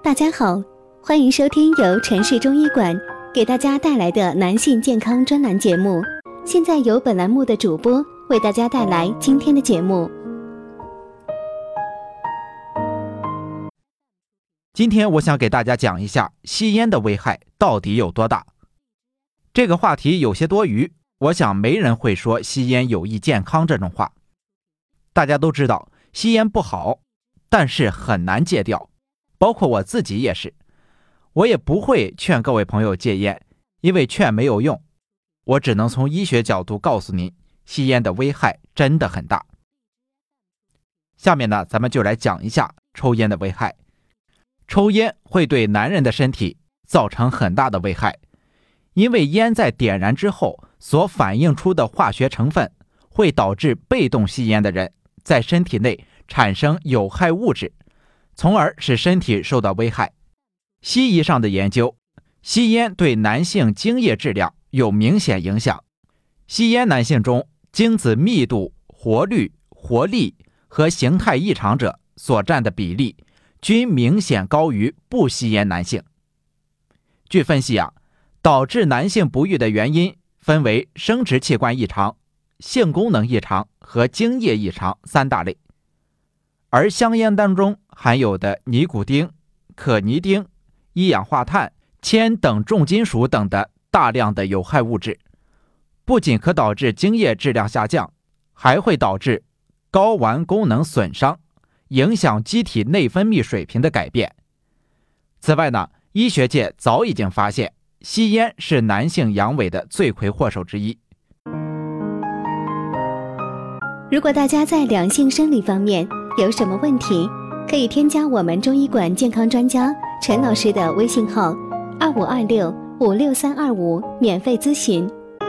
大家好，欢迎收听由城市中医馆给大家带来的男性健康专栏节目。现在由本栏目的主播为大家带来今天的节目。 今天我想给大家讲一下吸烟的危害到底有多大。这个话题有些多余，我想没人会说吸烟有益健康这种话。大家都知道吸烟不好，但是很难戒掉，包括我自己也是。我也不会劝各位朋友戒烟，因为劝没有用，我只能从医学角度告诉您，吸烟的危害真的很大。下面呢，咱们就来讲一下抽烟的危害。抽烟会对男人的身体造成很大的危害，因为烟在点燃之后所反映出的化学成分会导致被动吸烟的人在身体内产生有害物质，从而使身体受到危害。西医上的研究，吸烟对男性精液质量有明显影响。吸烟男性中精子密度、活率、活力和形态异常者所占的比例均明显高于不吸烟男性。据分析导致男性不育的原因分为生殖器官异常、性功能异常和精液异常三大类。而香烟当中含有的尼古丁、可尼丁、一氧化碳、铅等重金属等的大量的有害物质，不仅可导致精液质量下降，还会导致睾丸功能损伤，影响机体内分泌水平的改变。此外呢，医学界早已经发现，吸烟是男性阳痿的罪魁祸首之一。 如果大家在两性生理方面有什么问题，可以添加我们中医馆健康专家陈老师的微信号2526-56325免费咨询。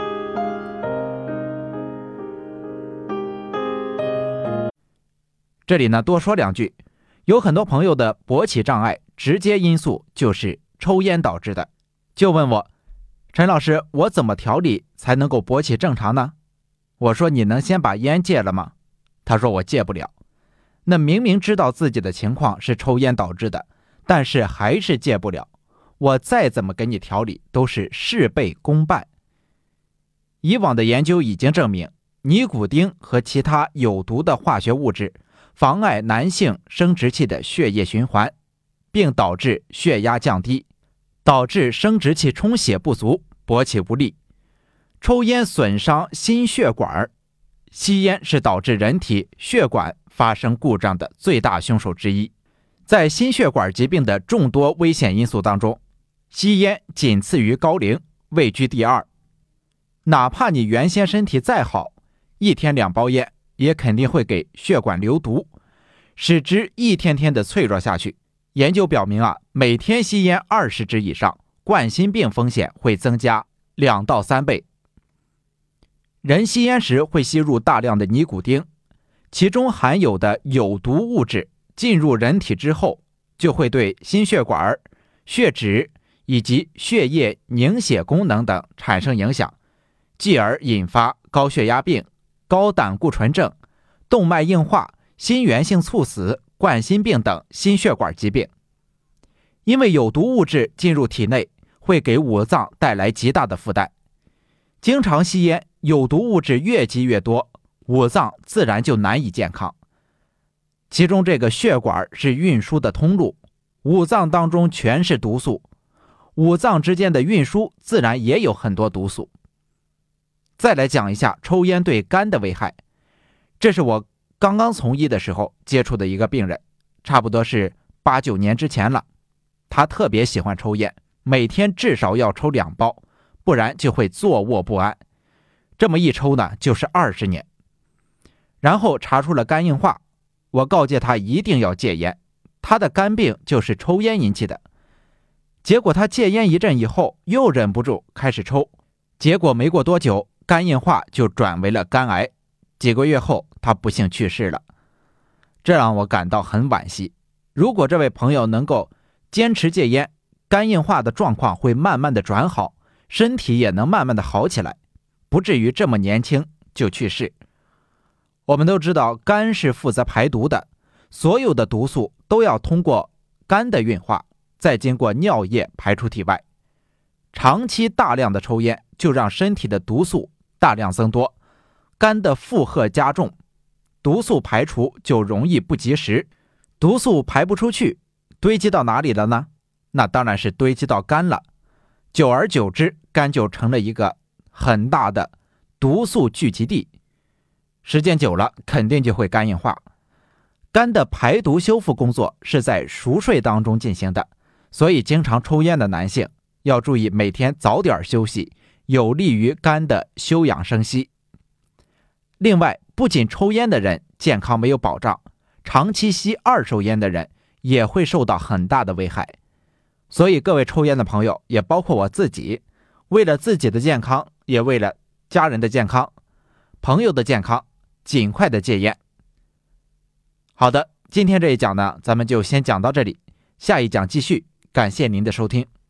这里呢多说两句，有很多朋友的勃起障碍直接因素就是抽烟导致的，就问我，陈老师，我怎么调理才能够勃起正常呢？我说，你能先把烟戒了吗？他说我戒不了。那明明知道自己的情况是抽烟导致的，但是还是戒不了，我再怎么给你调理都是事倍功半。以往的研究已经证明，尼古丁和其他有毒的化学物质妨碍男性生殖器的血液循环，并导致血压降低，导致生殖器充血不足，勃起无力。抽烟损伤心血管，吸烟是导致人体血管发生故障的最大凶手之一。在心血管疾病的众多危险因素当中，吸烟仅次于高龄，位居第二。哪怕你原先身体再好，一天2包烟也肯定会给血管留毒，使之一天天的脆弱下去。研究表明每天吸烟20支以上，冠心病风险会增加2到3倍。人吸烟时会吸入大量的尼古丁，其中含有的有毒物质进入人体之后，就会对心血管、血脂以及血液凝血功能等产生影响，继而引发高血压病、高胆固醇症、动脉硬化、心源性猝死、冠心病等心血管疾病。因为有毒物质进入体内，会给五脏带来极大的负担。经常吸烟，有毒物质越积越多，五脏自然就难以健康。其中这个血管是运输的通路，五脏当中全是毒素，五脏之间的运输自然也有很多毒素。再来讲一下抽烟对肝的危害。这是我刚刚从医的时候接触的一个病人，差不多是8、9年之前了。他特别喜欢抽烟，每天至少要抽2包，不然就会坐卧不安。这么一抽呢，就是20年。然后查出了肝硬化，我告诫他一定要戒烟，他的肝病就是抽烟引起的。结果他戒烟一阵以后，又忍不住开始抽，结果没过多久，肝硬化就转为了肝癌，几个月后他不幸去世了。这让我感到很惋惜。如果这位朋友能够坚持戒烟，肝硬化的状况会慢慢的转好，身体也能慢慢的好起来，不至于这么年轻就去世。我们都知道肝是负责排毒的，所有的毒素都要通过肝的运化， 再经过尿液排出体外。长期大量的抽烟就让身体的毒素大量增多，肝的负荷加重，毒素排除就容易不及时，毒素排不出去，堆积到哪里了呢？那当然是堆积到肝了。久而久之，肝就成了一个很大的毒素聚集地，时间久了肯定就会肝硬化。肝的排毒修复工作是在熟睡当中进行的，所以经常抽烟的男性要注意每天早点休息，有利于肝的休养生息。另外，不仅抽烟的人健康没有保障，长期吸二手烟的人也会受到很大的危害。所以各位抽烟的朋友，也包括我自己，为了自己的健康，也为了家人的健康、朋友的健康，尽快的戒烟。好的，今天这一讲呢，咱们就先讲到这里，下一讲继续，感谢您的收听。